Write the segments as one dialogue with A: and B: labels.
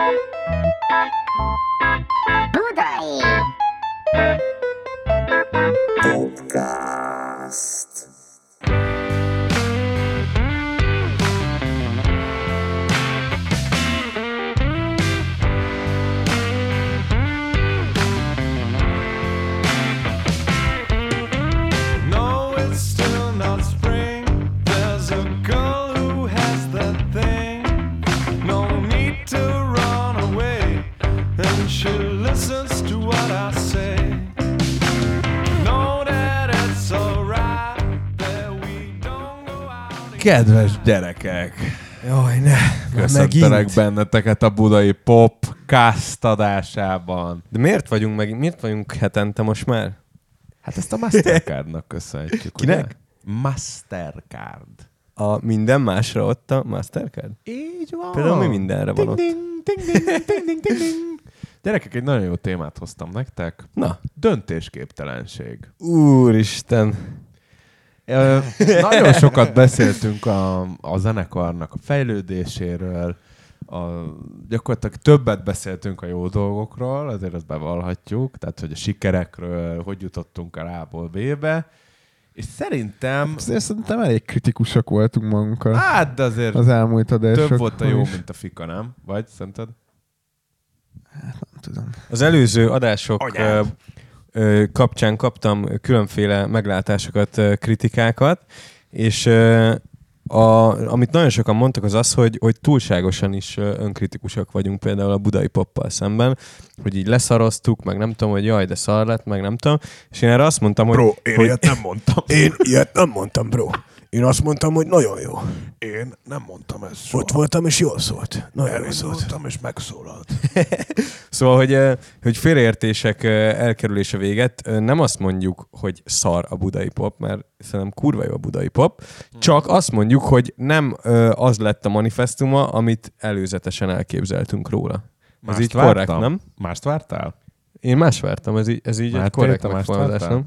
A: Budai
B: Podcast.
C: Kedves gyerekek!
D: Jaj, ne!
C: Köszöntelek benneteket a Budai Podcast adásában.
D: De miért vagyunk hetente most már?
C: Hát ezt a Mastercardnak köszönhetjük.
D: Kinek?
C: Ugye? Mastercard.
D: A minden másra ott a Mastercard?
C: Így van.
D: Például mi mindenre van ott?
C: Gyerekek, egy nagyon jó témát hoztam nektek.
D: Na.
C: Döntésképtelenség.
D: Úristen!
C: Nagyon sokat beszéltünk a zenekarnak a fejlődéséről, gyakorlatilag többet beszéltünk a jó dolgokról, azért azt bevallhatjuk, tehát hogy a sikerekről, hogy jutottunk el A-ból B-be, és szerintem
E: elég kritikusak voltunk magunkkal.
C: Hát, de azért
E: az elmúlt adások.
C: Több volt a jó, mint a fika, nem? Vagy, szerinted?
E: Hát nem tudom.
D: Az előző adások kapcsán kaptam különféle meglátásokat, kritikákat, és amit nagyon sokan mondtak az, hogy túlságosan is önkritikusak vagyunk például a Budai Poppal szemben, hogy így leszaroztuk, meg nem tudom, hogy jaj, de szar lett, meg nem tudom, és én erre azt mondtam, hogy...
B: Bro, én ilyet nem mondtam. Én ilyet nem mondtam, bro. Én azt mondtam, hogy nagyon jó.
C: Én nem mondtam ezt soha.
B: Ott voltam, és jól szólt. Nagyon jól szólt.
C: Voltam, és megszólalt.
D: Szóval, hogy félreértések elkerülése véget, nem azt mondjuk, hogy szar a Budai Pop, mert szerintem kurva jó a Budai Pop, csak azt mondjuk, hogy nem az lett a manifestuma, amit előzetesen elképzeltünk róla. Ez így korrekt, nem?
C: Mást vártál?
D: Én más vártam, ez így egy korrekt megfogalmazás, nem?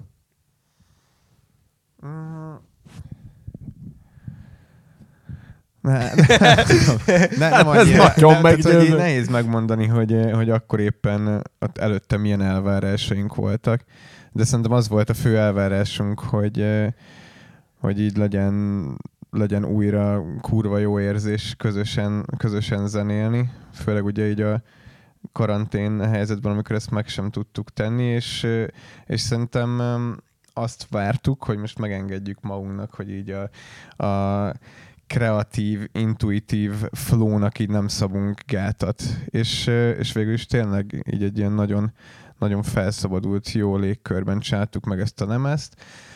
E: Nem annyira. Nehéz megmondani, hogy akkor éppen ott előtte milyen elvárásaink voltak, de szerintem az volt a fő elvárásunk, hogy így legyen újra kurva jó érzés közösen zenélni, főleg ugye így a karantén helyzetben, amikor ezt meg sem tudtuk tenni, és szerintem azt vártuk, hogy most megengedjük magunknak, hogy így a kreatív, intuitív flow-nak így nem szabunk gátat. És végül is tényleg így egy ilyen nagyon, nagyon felszabadult, jó légkörben csináltuk meg ezt a lemezt,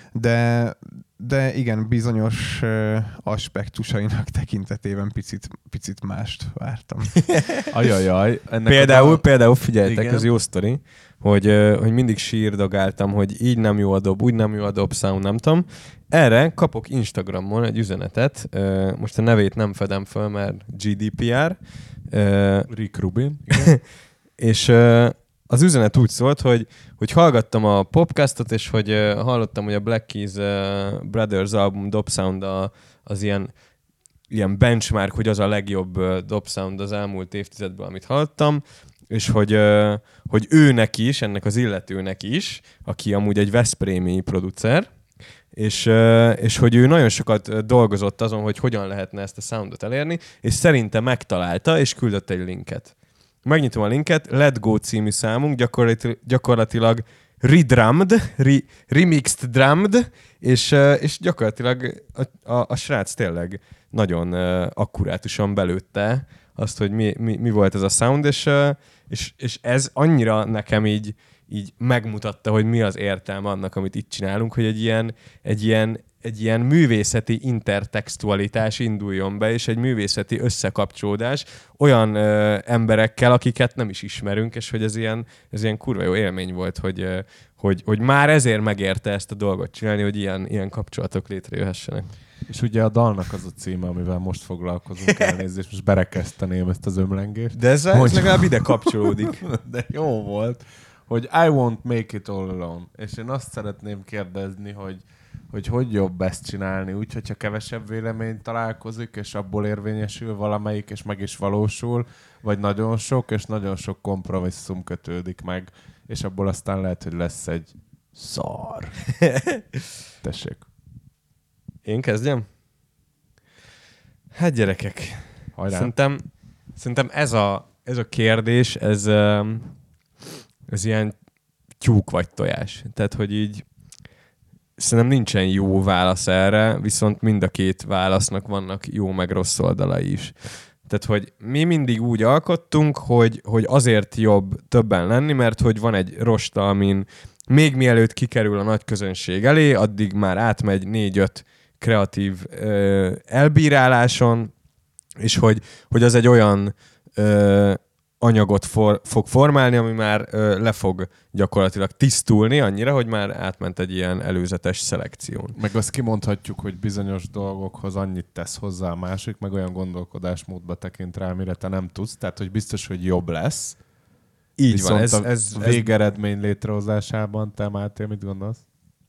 E: de igen, bizonyos aspektusainak tekintetében picit mást vártam.
C: Ajajaj.
D: Például figyeljetek, ez jó sztori, hogy mindig sírdogáltam, hogy így nem jó a dob, úgy nem jó a dob sound, nem tudom. Erre kapok Instagramon egy üzenetet, most a nevét nem fedem föl, mert GDPR.
C: Rick Rubin.
D: És az üzenet úgy szólt, hogy hallgattam a podcastot, és hogy hallottam, hogy a Black Keys Brothers album dob sound az ilyen benchmark, hogy az a legjobb dob sound az elmúlt évtizedben, amit hallottam, és hogy őnek is, ennek az illetőnek is, aki amúgy egy veszprémi producer, és hogy ő nagyon sokat dolgozott azon, hogy hogyan lehetne ezt a soundot elérni, és szerintem megtalálta, és küldött egy linket. Megnyitom a linket, Let Go című számunk, gyakorlatilag remixed drummed, és gyakorlatilag a srác tényleg nagyon akkurátusan belőtte azt, hogy mi volt ez a sound, és ez annyira nekem így megmutatta, hogy mi az értelme annak, amit itt csinálunk, hogy egy ilyen művészeti intertextualitás induljon be, és egy művészeti összekapcsolódás olyan emberekkel, akiket nem is ismerünk, és hogy ez ilyen kurva jó élmény volt, hogy már ezért megérte ezt a dolgot csinálni, hogy ilyen kapcsolatok létrejöhessenek.
C: És ugye a dalnak az a címe, amivel most foglalkozunk, elnézést, most berekezteném ezt az ömlengést.
D: De ez legalább ide kapcsolódik.
C: De jó volt, hogy I won't make it all alone. És én azt szeretném kérdezni, hogy jobb ezt csinálni, úgy, hogyha kevesebb vélemény találkozik, és abból érvényesül valamelyik, és meg is valósul, vagy nagyon sok, és nagyon sok kompromisszum kötődik meg, és abból aztán lehet, hogy lesz egy szar. Tessék.
D: Én kezdjem? Hát gyerekek, szerintem ez a kérdés, ez ilyen tyúk vagy tojás. Tehát, hogy így szerintem nincsen jó válasz erre, viszont mind a két válasznak vannak jó meg rossz oldalai is. Tehát, hogy mi mindig úgy alkottunk, hogy azért jobb többen lenni, mert hogy van egy rosta, amin még mielőtt kikerül a nagy közönség elé, addig már átmegy 4-5 kreatív elbíráláson, és hogy az egy olyan anyagot fog formálni, ami már le fog gyakorlatilag tisztulni annyira, hogy már átment egy ilyen előzetes szelekción.
C: Meg azt kimondhatjuk, hogy bizonyos dolgokhoz annyit tesz hozzá a másik, meg olyan gondolkodásmódba tekint rá, amire te nem tudsz, tehát hogy biztos, hogy jobb lesz.
D: Így
C: viszont
D: van.
C: Ez végeredmény létrehozásában te, Máté, mit gondolsz?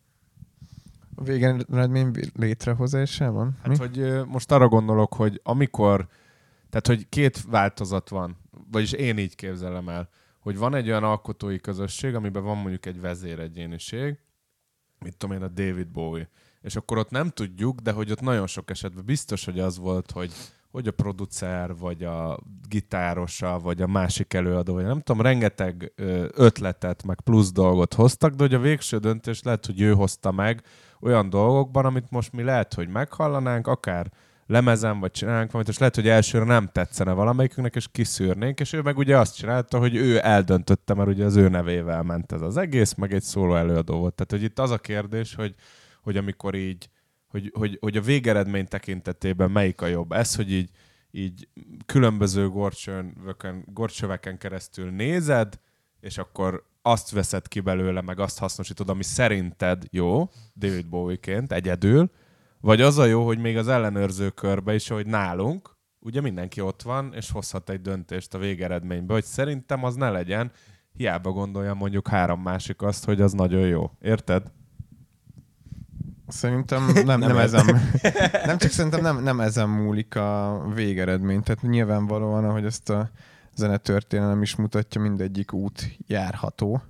E: A végeredmény létrehozásában?
C: Hát, hogy most arra gondolok, hogy amikor, tehát, hogy két változat van, vagyis én így képzelem el, hogy van egy olyan alkotói közösség, amiben van mondjuk egy vezéregyéniség, mit tudom én, a David Bowie, és akkor ott nem tudjuk, de hogy ott nagyon sok esetben biztos, hogy az volt, hogy a producer, vagy a gitárosa, vagy a másik előadó, vagy nem tudom, rengeteg ötletet, meg plusz dolgot hoztak, de hogy a végső döntés lehet, hogy ő hozta meg olyan dolgokban, amit most mi lehet, hogy meghallanánk, akár lemezen, vagy csinálnánk valamit, és lehet, hogy elsőre nem tetszene valamelyikünknek, és kiszűrnénk, és ő meg ugye azt csinálta, hogy ő eldöntötte, mert ugye az ő nevével ment ez az egész, meg egy szóló előadó volt. Tehát, hogy itt az a kérdés, hogy amikor így, hogy a végeredmény tekintetében melyik a jobb. Ez, hogy így különböző gorcsöveken keresztül nézed, és akkor azt veszed ki belőle, meg azt hasznosítod, ami szerinted jó, David Bowie-ként, egyedül, vagy az a jó, hogy még az ellenőrző körbe is, hogy nálunk, ugye mindenki ott van, és hozhat egy döntést a végeredménybe, hogy szerintem az ne legyen, hiába gondolja mondjuk 3 másik azt, hogy az nagyon jó. Érted?
E: Szerintem nem ezen, nem csak szerintem nem ezen múlik a végeredmény. Tehát nyilvánvalóan, ahogy ezt a zenetörténelem is mutatja, mindegyik út járható.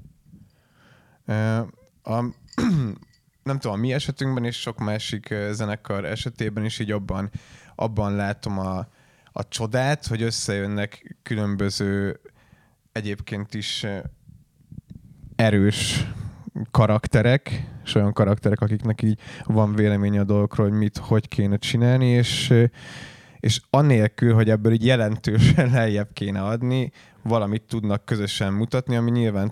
E: Nem tudom, a mi esetünkben és sok másik zenekar esetében is így abban látom a csodát, hogy összejönnek különböző egyébként is erős karakterek, és olyan karakterek, akiknek így van véleménye a dolgokról, hogy hogy kéne csinálni, és annélkül, hogy ebből így jelentősen lejjebb kéne adni, valamit tudnak közösen mutatni, ami nyilván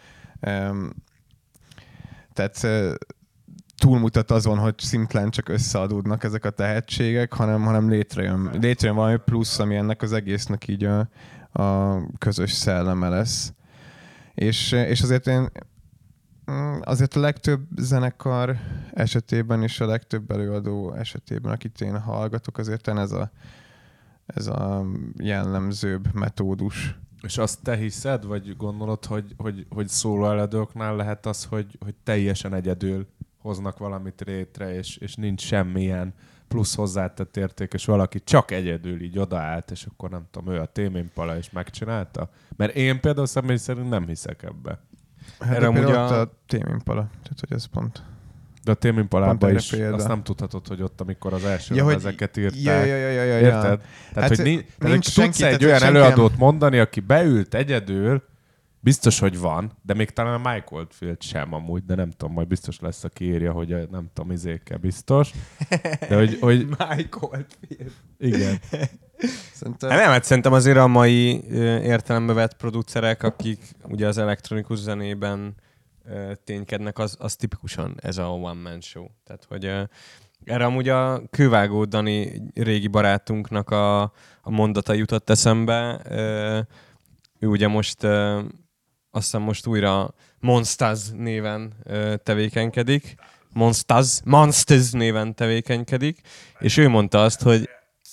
E: túlmutat azon, hogy szimplán csak összeadódnak ezek a tehetségek, hanem létrejön valami plusz, ami ennek az egésznek így a közös szelleme lesz. És azért a legtöbb zenekar esetében és a legtöbb előadó esetében, akit én hallgatok, azért ez a jellemzőbb metódus.
C: És azt te hiszed, vagy gondolod, hogy szóló előadóknál lehet az, hogy teljesen egyedül hoznak valamit létre, és nincs semmilyen plusz hozzátett érték, és valaki csak egyedül így odaállt, és akkor nem tudom, ő a Tame Impala és megcsinálta? Mert én például személy szerint nem hiszek ebbe.
E: Hát erre amúgy a Tame Impala, tehát hogy ez pont.
C: De a Tame Impalában is azt nem tudhatod, hogy ott, amikor az első ezeket írták. Érted? Tehát, hogy tudsz egy olyan előadót mondani, aki beült egyedül, biztos, hogy van, de még talán a Mike Oldfield sem amúgy, de nem tudom, majd biztos lesz, aki írja, hogy nem tudom, izékkel biztos. De hogy
D: Mike Oldfield.
C: Igen.
D: Szerintem azért a mai értelembe vett producerek, akik ugye az elektronikus zenében ténykednek, az tipikusan ez a one-man show. Tehát, hogy erre amúgy a Kővágó Dani régi barátunknak a mondata jutott eszembe. Ő ugye most azt hiszem most újra Monstaz néven tevékenykedik. Monstaz néven tevékenykedik. És ő mondta azt, hogy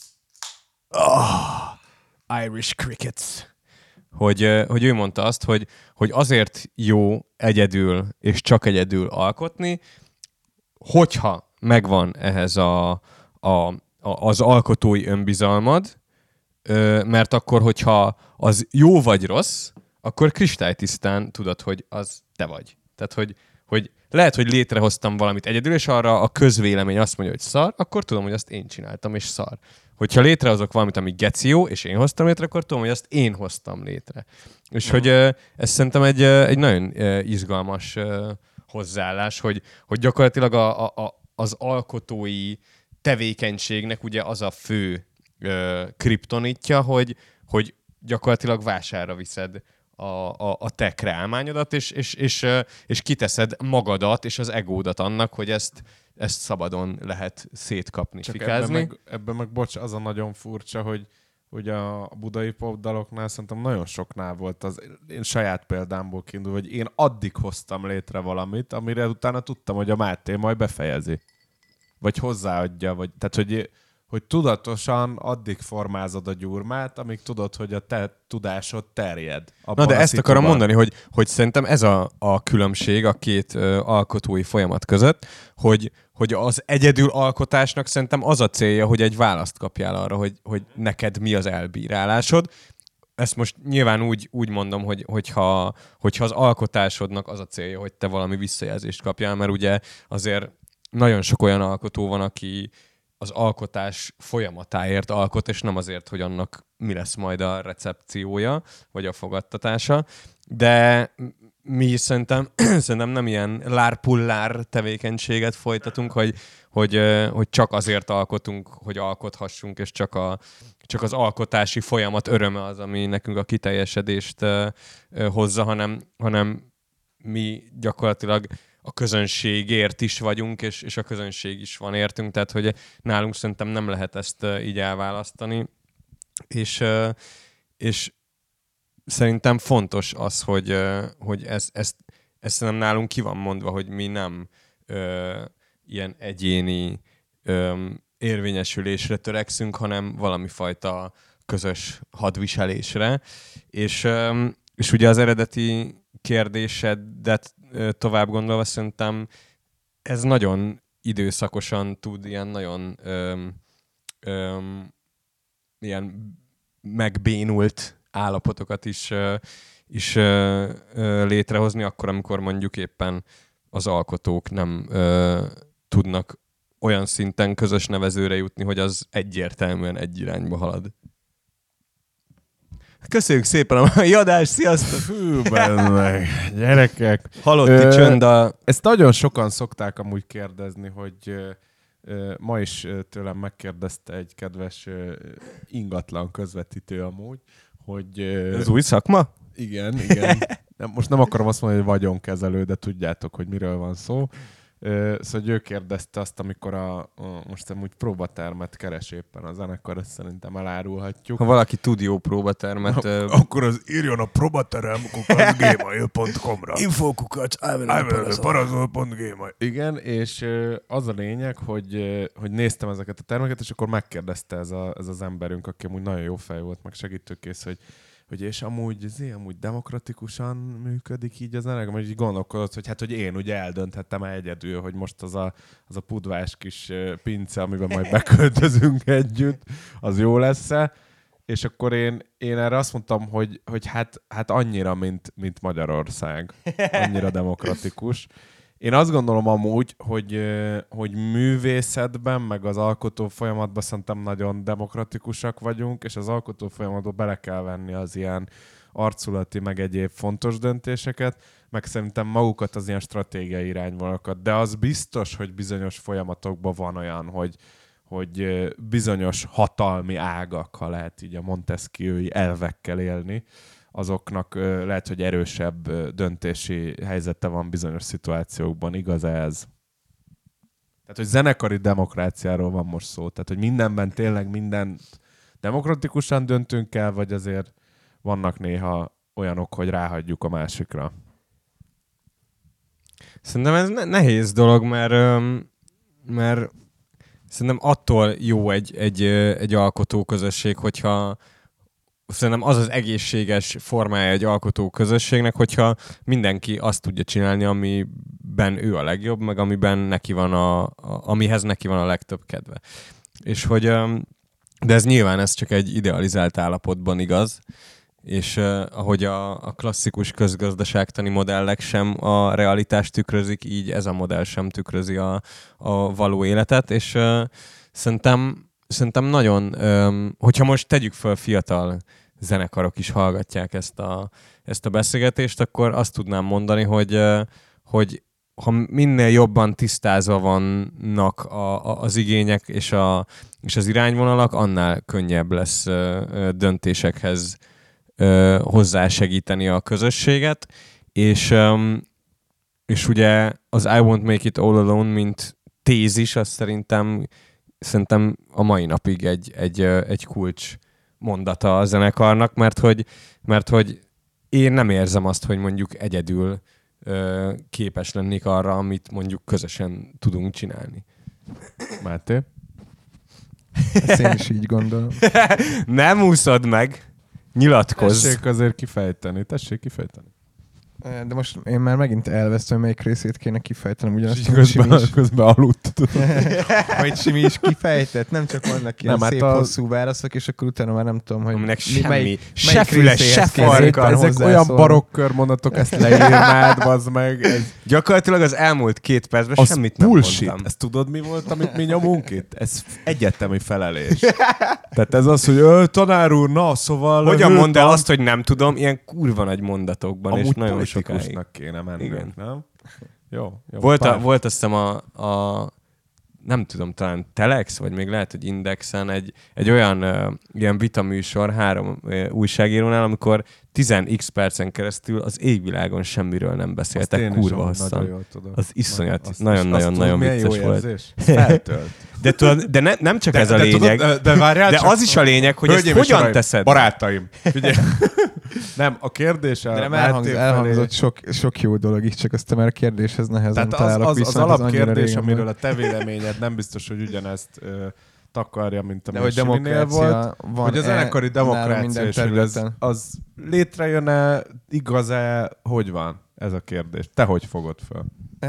D: Irish Crickets. Hogy ő mondta azt, hogy azért jó egyedül és csak egyedül alkotni, hogyha megvan ehhez az alkotói önbizalmad, mert akkor, hogyha az jó vagy rossz, akkor kristálytisztán tudod, hogy az te vagy. Tehát, hogy lehet, hogy létrehoztam valamit egyedül, és arra a közvélemény azt mondja, hogy szar, akkor tudom, hogy azt én csináltam, és szar. Hogyha létrehozok valamit, ami geció, és én hoztam létre, akkor tudom, hogy azt én hoztam létre. És hogy ez szerintem egy nagyon izgalmas hozzáállás, hogy gyakorlatilag az alkotói tevékenységnek ugye az a fő kriptonitja, hogy gyakorlatilag vásárra viszed a te kreálmányodat, és kiteszed magadat és az egódat annak, hogy ezt szabadon lehet szétkapni,
C: csak
D: fikázni.
C: Ebben meg bocs, az a nagyon furcsa, hogy a budai popdaloknál szerintem nagyon soknál volt az én saját példámból kiindul, hogy én addig hoztam létre valamit, amire utána tudtam, hogy a Máté majd befejezi. Vagy hozzáadja, tehát hogy tudatosan addig formázod a gyurmát, amíg tudod, hogy a te tudásod terjed.
D: Na de ezt akarom mondani, hogy szerintem ez a különbség a két alkotói folyamat között, hogy az egyedül alkotásnak szerintem az a célja, hogy egy választ kapjál arra, hogy neked mi az elbírálásod. Ezt most nyilván úgy mondom, hogyha az alkotásodnak az a célja, hogy te valami visszajelzést kapjál, mert ugye azért nagyon sok olyan alkotó van, aki az alkotás folyamatáért alkot, és nem azért, hogy annak mi lesz majd a recepciója, vagy a fogadtatása. De mi szerintem nem ilyen lárpullár tevékenységet folytatunk, hogy csak azért alkotunk, hogy alkothassunk, és csak az alkotási folyamat öröme az, ami nekünk a kiteljesedést hozza, hanem mi gyakorlatilag a közönségért is vagyunk, és a közönség is van értünk, tehát hogy nálunk szerintem nem lehet ezt így elválasztani, és szerintem fontos az, hogy ez szerintem nálunk ki van mondva, hogy mi nem ilyen egyéni érvényesülésre törekszünk, hanem valami fajta közös hadviselésre, és ugye az eredeti kérdésedet tovább gondolva szerintem ez nagyon időszakosan tud ilyen nagyon ilyen megbénult állapotokat is létrehozni, akkor, amikor mondjuk éppen az alkotók nem tudnak olyan szinten közös nevezőre jutni, hogy az egyértelműen egy irányba halad. Köszönjük szépen a mai adást, sziasztok!
C: Fű, meg, gyerekek!
D: Halotti csönd
C: Ezt nagyon sokan szokták amúgy kérdezni, hogy ma is tőlem megkérdezte egy kedves ingatlan közvetítő amúgy, hogy...
D: Az új szakma?
C: Igen. Most nem akarom azt mondani, hogy vagyonkezelő, de tudjátok, hogy miről van szó. Szóval ő kérdezte azt, amikor most amúgy próbatermet keres éppen a zenekar, ezt szerintem elárulhatjuk.
D: Ha valaki tud jó próbatermet...
B: Akkor az írjon a probaterem@gmail.com-ra. info@parazol.gmail.
C: Igen, és az a lényeg, hogy néztem ezeket a termeket, és akkor megkérdezte ez az emberünk, aki amúgy nagyon jó fej volt, meg segítőkész, hogy és amúgy demokratikusan működik így az zeneg, mert így gondolkodott, hogy hogy én ugye eldönthettem egyedül, hogy most az a pudvás kis pince, amiben majd beköltözünk együtt, az jó lesz-e. És akkor én erre azt mondtam, hogy hát annyira, mint Magyarország. Annyira demokratikus. Én azt gondolom amúgy, hogy művészetben, meg az alkotó folyamatban szerintem nagyon demokratikusak vagyunk, és az alkotó folyamatban bele kell venni az ilyen arculati, meg egyéb fontos döntéseket, meg szerintem magukat az ilyen stratégiai irányvonalakat. De az biztos, hogy bizonyos folyamatokban van olyan, hogy bizonyos hatalmi ágak, ha lehet így a Montesquieu-i elvekkel élni, azoknak lehet, hogy erősebb döntési helyzete van bizonyos szituációkban. Igaz ez? Tehát, hogy zenekari demokráciáról van most szó. Tehát, hogy mindenben tényleg mindent demokratikusan döntünk el, vagy azért vannak néha olyanok, hogy ráhagyjuk a másikra.
D: Szerintem ez nehéz dolog, mert szerintem attól jó egy alkotóközösség, hogyha szerintem az az egészséges formája egy alkotó közösségnek, hogyha mindenki azt tudja csinálni, amiben ő a legjobb, meg amiben neki van amihez neki van a legtöbb kedve. És hogy, de ez nyilván ez csak egy idealizált állapotban igaz, és ahogy a klasszikus közgazdaságtani modellek sem a realitást tükrözik, így ez a modell sem tükrözi a való életet, és szerintem nagyon, hogyha most tegyük föl, fiatal zenekarok is hallgatják ezt a beszélgetést, akkor azt tudnám mondani, hogy ha minél jobban tisztázva vannak az igények és az irányvonalak, annál könnyebb lesz döntésekhez hozzásegíteni a közösséget, és ugye az I Won't Make It All Alone, mint tézis, az szerintem a mai napig egy kulcs mondata a zenekarnak, mert hogy én nem érzem azt, hogy mondjuk egyedül képes lennék arra, amit mondjuk közösen tudunk csinálni.
C: Máté?
E: Ezt én is így gondolom.
D: Nem úszod meg! Nyilatkozz!
C: Tessék azért kifejteni.
E: De most én már megint elvesztem, hogy melyik részét kéne kifejtenem. Ugyanazt
C: közben aludtad.
E: Vagy Simi is kifejtett, nem csak vannak ilyen szép hosszú válaszok, és akkor utána már nem tudom, hogy
D: aminek semmi, se füles, se farkar.
C: Ezek olyan barokkör mondatok, ezt leírnád, bazd meg.
D: Gyakorlatilag az elmúlt 2 percben semmit nem mondtam.
C: Ezt tudod, mi volt, amit mi nyomunk itt? Ez egyetemi felelés. Tehát ez az, hogy tanár úr, na, szóval...
D: Hogyan mondd el azt, hogy nem tudom, ilyen kurva nagy mondatokban, és nagyon
C: politikusnak kéne mennünk, nem? Jó.
D: Volt azt hiszem a nem tudom, talán Telex, vagy még lehet, hogy Indexen egy olyan ilyen vitaműsor 3 újságírónál, amikor 10x percen keresztül az égvilágon semmiről nem beszéltek, kurva hosszan. Az iszonyat, nagyon-nagyon vicces volt.
C: Feltölt.
D: De tudod, nem csak ez a lényeg, de az is a lényeg, hogy ezt hogyan teszed.
C: Barátaim, figyelj. Nem, a kérdés...
E: De nem elhangzott sok jó dolog is, csak aztán már a kérdéshez nehezen találok
C: vissza. Az alapkérdés, amiről a te véleményed nem biztos, hogy ugyanezt takarja, mint ami Siminél volt, hogy a zenekari demokrácia, és hogy az létrejön-e, igaz-e, hogy van ez a kérdés? Te hogy fogod föl?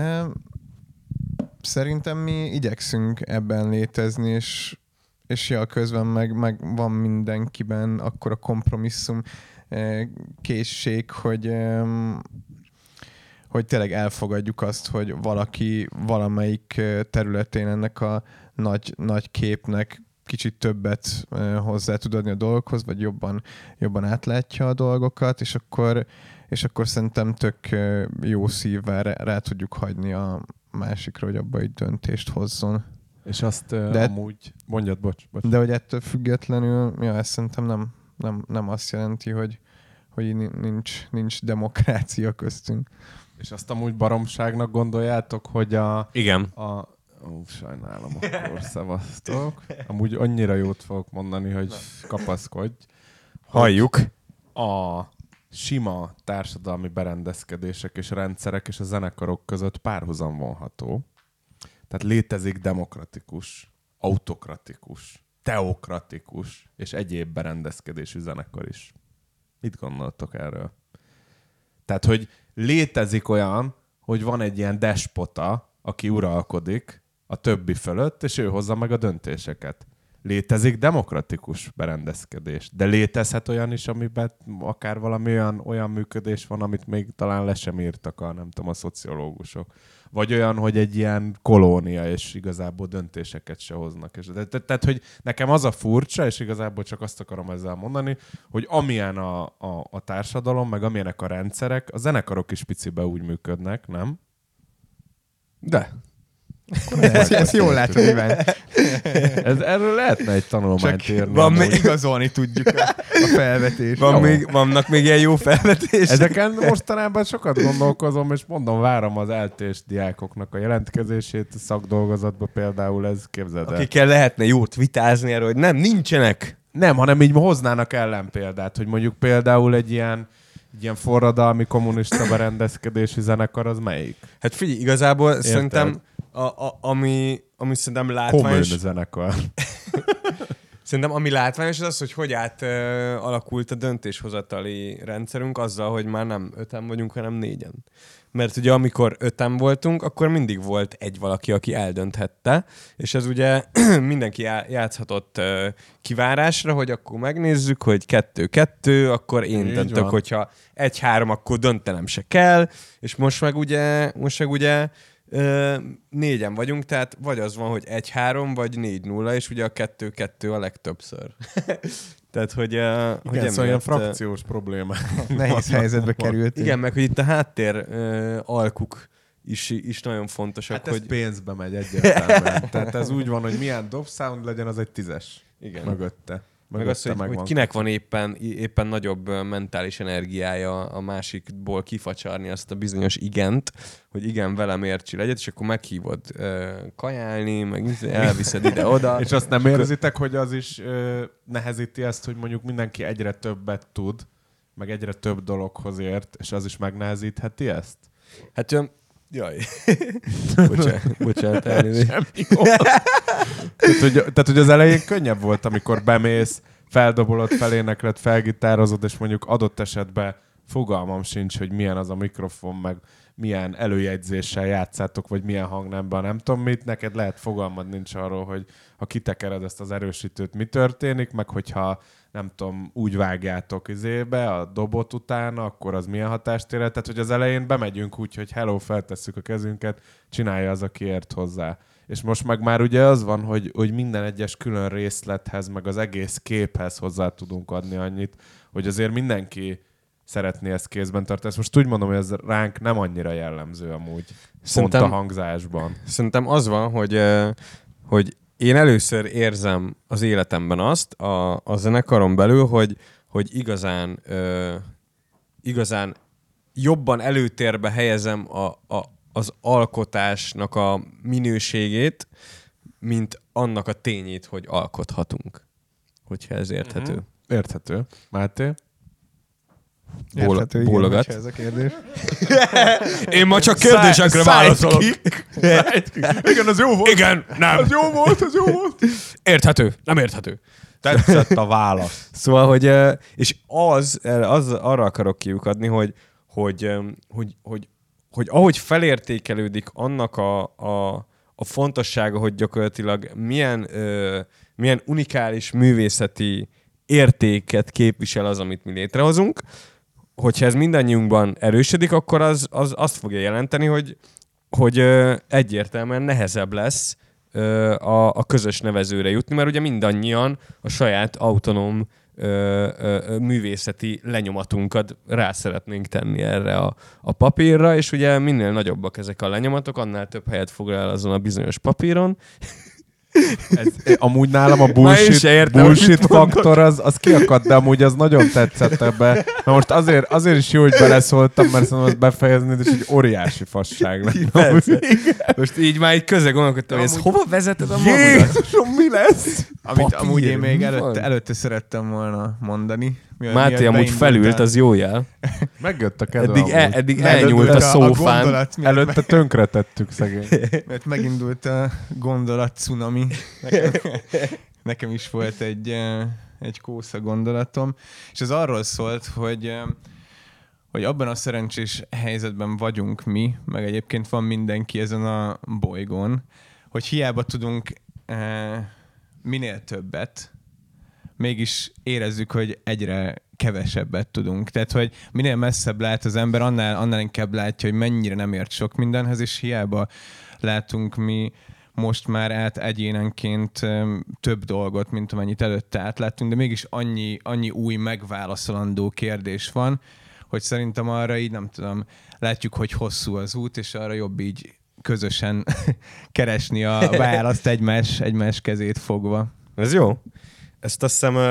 E: Szerintem mi igyekszünk ebben létezni, és közben meg van mindenkiben akkora kompromisszum készség, hogy tényleg elfogadjuk azt, hogy valaki valamelyik területén ennek a nagy képnek kicsit többet hozzá tud adni a dolgokhoz, vagy jobban átlátja a dolgokat, és akkor szerintem tök jó szívvel rá tudjuk hagyni a másikra, hogy abba egy döntést hozzon.
C: És azt amúgy... Mondjad, bocs.
E: De hogy ettől függetlenül, ez szerintem nem azt jelenti, hogy nincs demokrácia köztünk.
C: És azt amúgy baromságnak gondoljátok, hogy
D: igen.
C: Sajnálom, akkor szevasztok. Amúgy annyira jót fogok mondani, hogy kapaszkodj.
D: Halljuk.
C: A sima társadalmi berendezkedések és rendszerek és a zenekarok között párhuzam vonható. Tehát létezik demokratikus, autokratikus, teokratikus és egyéb berendezkedésű zenekar is. Mit gondoltok erről? Tehát, hogy létezik olyan, hogy van egy ilyen despota, aki uralkodik a többi fölött, és ő hozza meg a döntéseket. Létezik demokratikus berendezkedés, de létezhet olyan is, amiben akár valami olyan működés van, amit még talán le sem írtak a szociológusok. Vagy olyan, hogy egy ilyen kolónia, és igazából döntéseket se hoznak. Tehát, hogy nekem az a furcsa, és igazából csak azt akarom ezzel mondani, hogy amilyen a társadalom, meg amilyenek a rendszerek, a zenekarok is picibe úgy működnek, nem? De.
E: Ezt jól látod, Iván.
C: Erről lehetne egy tanulmányt írni.
E: Igazolni tudjuk a felvetést.
D: Vannak még ilyen jó felvetés.
C: Ezeken mostanában sokat gondolkozom, és mondom, várom az eltést diákoknak a jelentkezését, a szakdolgozatba például, ez képzeld el.
D: Akikkel lehetne jót vitázni erről, hogy nincsenek.
C: Nem, hanem így hoznának ellenpéldát, hogy mondjuk például egy ilyen forradalmi kommunista berendezkedésű zenekar, az melyik?
D: Hát figyelj, igazából érted? Szerintem ami szerintem látványos...
C: Kommunista zenekar.
D: Szerintem ami látványos az, hogy átalakult a döntéshozatali rendszerünk azzal, hogy már nem 5-en vagyunk, hanem 4-en. Mert ugye amikor 5-en voltunk, akkor mindig volt egy valaki, aki eldönthette, és ez ugye mindenki játszhatott kivárásra, hogy akkor megnézzük, hogy 2-2, akkor én
C: így
D: döntök,
C: van.
D: hogyha 1-3, akkor döntenem se kell, és most meg ugye 4-en vagyunk, tehát vagy az van, hogy 1-3, vagy 4-0, és ugye a 2-2 a legtöbbször. Tehát, hogy
C: Igen, szóval ilyen frakciós problémák.
E: Nehéz helyzetbe került.
D: Igen, meg hogy itt a háttér alkuk is nagyon fontosak.
C: Hát ez pénzbe megy egyértelműen. Tehát ez úgy van, hogy milyen dob sound legyen, az egy 10-es.
D: Igen.
C: Mögötte.
D: Meg az, hogy kinek van éppen nagyobb mentális energiája a másikból kifacsarni azt a bizonyos igent, hogy igen, velem értsél egyet, és akkor meghívod kajálni, meg elviszed ide-oda.
C: És azt nem érzitek, hogy az is nehezíti ezt, hogy mondjuk mindenki egyre többet tud, meg egyre több dologhoz ért, és az is megnehezítheti ezt?
D: Hát jaj. Bocsánat, elnézést.
C: Semmi jó. Tehát, hogy az elején könnyebb volt, amikor bemész, feldobolod, felénekled, felgitározod, és mondjuk adott esetben fogalmam sincs, hogy milyen az a mikrofon, meg milyen előjegyzéssel játszátok, vagy milyen hangnemben, nem tudom mit, neked lehet fogalmad nincs arról, hogy ha kitekered ezt az erősítőt, mi történik, meg hogyha nem tudom, úgy vágjátok a dobot utána, akkor az milyen hatást ér. Tehát, hogy az elején bemegyünk úgy, hogy hello, feltesszük a kezünket, csinálja az, aki ért hozzá. És most meg már ugye az van, hogy minden egyes külön részlethez, meg az egész képhez hozzá tudunk adni annyit, hogy azért mindenki szeretné ezt kézben tartani. Ezt most úgy mondom, hogy ez ránk nem annyira jellemző amúgy, pont a hangzásban. Szerintem
D: az van, hogy én először érzem az életemben azt a zenekaron belül, hogy igazán jobban előtérbe helyezem az alkotásnak a minőségét, mint annak a tényét, hogy alkothatunk. Hogyha ez érthető.
C: Mm-hmm. Érthető. Máté?
E: Érthető,
D: bólogat.
E: Igen, ez a kérdés.
D: Én ma csak kérdésekre válaszolok.
C: Igen, az jó volt.
D: Igen, nem.
C: Az jó volt.
D: Érthető, nem érthető.
C: Tetszett a válasz.
D: Szóval, hogy és arra akarok kiukadni, hogy ahogy felértékelődik annak a fontossága, hogy gyakorlatilag milyen unikális művészeti értéket képvisel az, amit mi létrehozunk, hogyha ez mindannyiunkban erősödik, akkor az azt fogja jelenteni, hogy egyértelműen nehezebb lesz a közös nevezőre jutni, mert ugye mindannyian a saját autonóm művészeti lenyomatunkat rá szeretnénk tenni erre a papírra, és ugye minél nagyobbak ezek a lenyomatok, annál több helyet foglal azon a bizonyos papíron.
C: Amúgy nálam a bullshit faktor az kiakadt, de amúgy az nagyon tetszett ebbe. Na most azért is jó, hogy beleszóltam, mert szerintem azt befejezni, és egy óriási fasság lenne.
D: Most így már így közre gondolkodtam, hogy ez hova vezeted a magudat?
C: Jézusom, mi lesz?
E: Amit amúgy én még előtte szerettem volna mondani.
D: Máté amúgy felült, az jó jel.
C: Megjött a kedve.
D: Eddig elnyúlt a szófán.
C: Előtte tönkretettük szegény.
E: Mert megindult a gondolat cunami. Nekem is volt egy kósza gondolatom. És ez arról szólt, hogy abban a szerencsés helyzetben vagyunk mi, meg egyébként van mindenki ezen a bolygón, hogy hiába tudunk minél többet, mégis érezzük, hogy egyre kevesebbet tudunk. Tehát, hogy minél messzebb lát az ember, annál inkább látja, hogy mennyire nem ért sok mindenhez, és hiába látunk mi most már át egyénenként több dolgot, mint amennyit előtte átláttunk, de mégis annyi új megválaszolandó kérdés van, hogy szerintem arra így nem tudom, látjuk, hogy hosszú az út, és arra jobb így közösen keresni a választ egymás kezét fogva. Ez jó. Ezt azt hiszem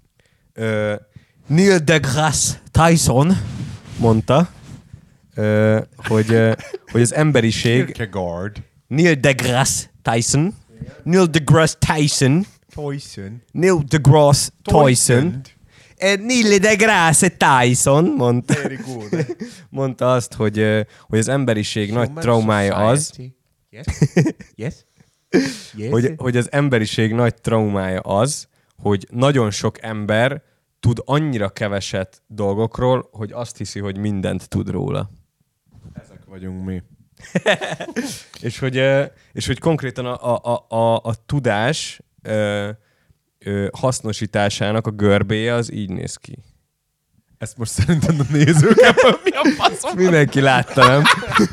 E: Neil deGrasse Tyson mondta, hogy az emberiség... Neil deGrasse Tyson. Neil deGrasse Tyson. Neil deGrasse Tyson mondta azt, hogy az emberiség nagy traumája az... Yes. Hogy az emberiség nagy traumája az,
D: hogy nagyon sok ember tud annyira keveset dolgokról, hogy azt hiszi, hogy mindent tud róla.
C: Ezek vagyunk mi.
D: és hogy konkrétan a tudás hasznosításának a görbéje az így néz ki.
C: Ezt most szerintem a nézők ebből mi a faszom?
D: Mindenki látta, nem?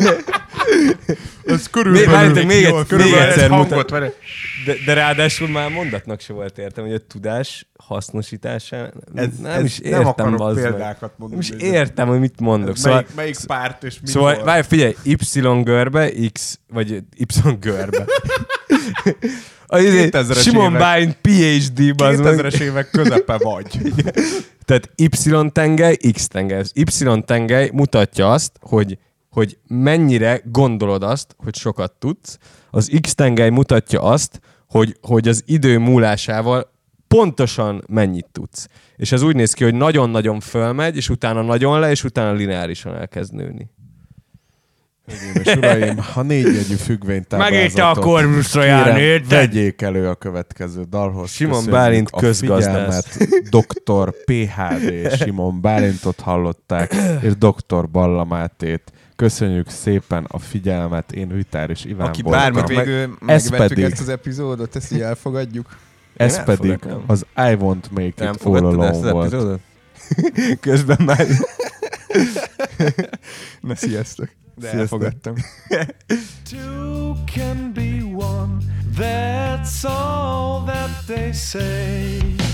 C: Ez körülbelül
D: még egyszer
C: hangot.
D: De ráadásul már mondatnak se volt értem, hogy a tudás hasznosítása. Nem is értem,
C: nem akarok példákat mondani.
D: Nem is értem, hogy mit mondok. Szóval,
C: melyik párt és mi
D: szóval,
C: volt?
D: várj, figyelj, Y-görbe, X, vagy Y-görbe. Simon Bálint PhD,
C: 2000-es évek közepe vagy.
D: Tehát Y-tengely, X-tengely. Az Y-tengely mutatja azt, hogy mennyire gondolod azt, hogy sokat tudsz. Az X-tengely mutatja azt, hogy az idő múlásával pontosan mennyit tudsz. És ez úgy néz ki, hogy nagyon-nagyon fölmegy, és utána nagyon le, és utána lineárisan elkezd nőni.
C: Hölgyeim és uraim, a 4 jegyű függvénytáblázatot
D: Megérte a Corvusra járni,
C: vegyék elő a következő dalhoz.
D: Simon Bálint közgazdász.
C: Dr. PhD Simon Bálintot hallották, és Dr. Balla Mátét. Köszönjük szépen a figyelmet, én Vitár és Iván
E: Aki
C: voltam.
E: bármit végül megvettük ezt az epizódot, ezt így elfogadjuk.
C: Ez pedig az I Won't Make It All Alone volt.
D: Közben már...
E: Na, sziasztok. De elfogadtam.
A: Two can be one, that's all that they say.